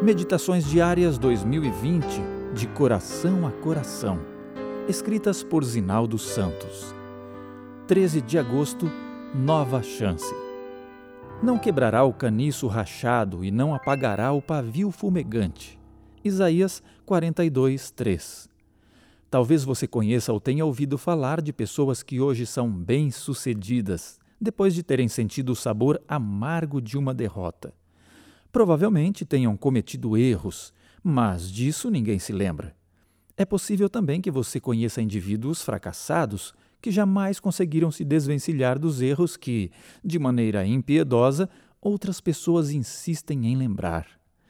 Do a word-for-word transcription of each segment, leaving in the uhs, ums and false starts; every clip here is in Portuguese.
Meditações Diárias dois mil e vinte, de coração a coração, escritas por Zinaldo Santos. treze de agosto, nova chance. Não quebrará o caniço rachado e não apagará o pavio fumegante. Isaías quarenta e dois, três. Talvez você conheça ou tenha ouvido falar de pessoas que hoje são bem-sucedidas, depois de terem sentido o sabor amargo de uma derrota. Provavelmente tenham cometido erros, mas disso ninguém se lembra. É possível também que você conheça indivíduos fracassados que jamais conseguiram se desvencilhar dos erros que, de maneira impiedosa, outras pessoas insistem em lembrar.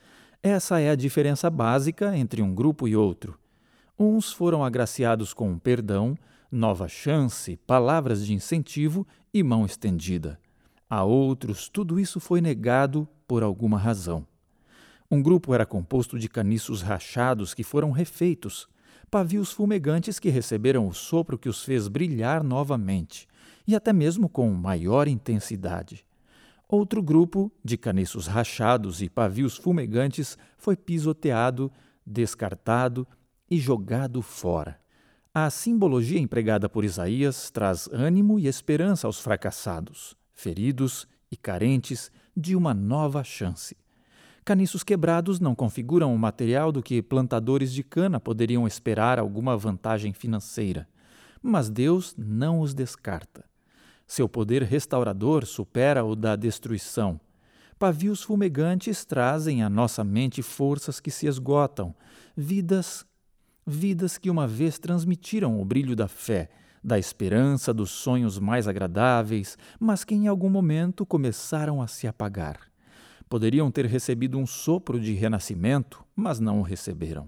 Essa é a diferença básica entre um grupo e outro. Uns foram agraciados com perdão, nova chance, palavras de incentivo e mão estendida. A outros, tudo isso foi negado por alguma razão. Um grupo era composto de caniços rachados que foram refeitos, pavios fumegantes que receberam o sopro que os fez brilhar novamente, e até mesmo com maior intensidade. Outro grupo, de caniços rachados e pavios fumegantes, foi pisoteado, descartado e jogado fora. A simbologia empregada por Isaías traz ânimo e esperança aos fracassados, feridos e carentes de uma nova chance. Caniços quebrados não configuram o material do que plantadores de cana poderiam esperar alguma vantagem financeira, mas Deus não os descarta. Seu poder restaurador supera o da destruição. Pavios fumegantes trazem à nossa mente forças que se esgotam, vidas, vidas que uma vez transmitiram o brilho da fé, da esperança, dos sonhos mais agradáveis, mas que em algum momento começaram a se apagar. Poderiam ter recebido um sopro de renascimento, mas não o receberam.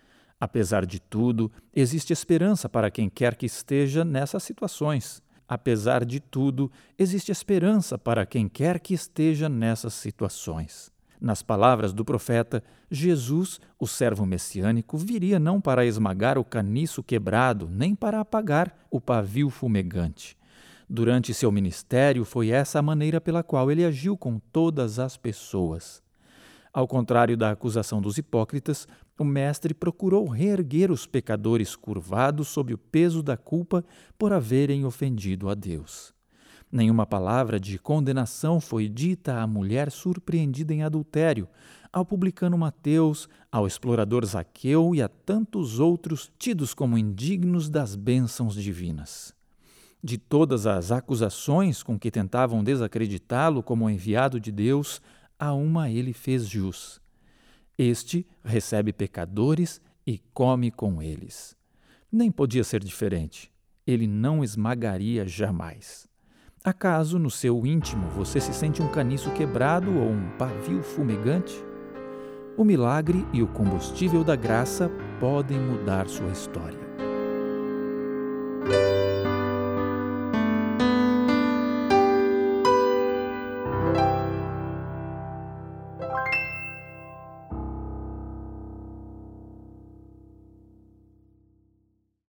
Apesar de tudo, existe esperança para quem quer que esteja nessas situações. Apesar de tudo, existe esperança para quem quer que esteja nessas situações. Nas palavras do profeta, Jesus, o servo messiânico, viria não para esmagar o caniço quebrado, nem para apagar o pavio fumegante. Durante seu ministério, foi essa a maneira pela qual ele agiu com todas as pessoas. Ao contrário da acusação dos hipócritas, o Mestre procurou reerguer os pecadores curvados sob o peso da culpa por haverem ofendido a Deus. Nenhuma palavra de condenação foi dita à mulher surpreendida em adultério, ao publicano Mateus, ao explorador Zaqueu e a tantos outros tidos como indignos das bênçãos divinas. De todas as acusações com que tentavam desacreditá-lo como enviado de Deus, a uma ele fez jus. Este recebe pecadores e come com eles. Nem podia ser diferente. Ele não esmagaria jamais. Acaso, no seu íntimo, você se sente um caniço quebrado ou um pavio fumegante? O milagre e o combustível da graça podem mudar sua história.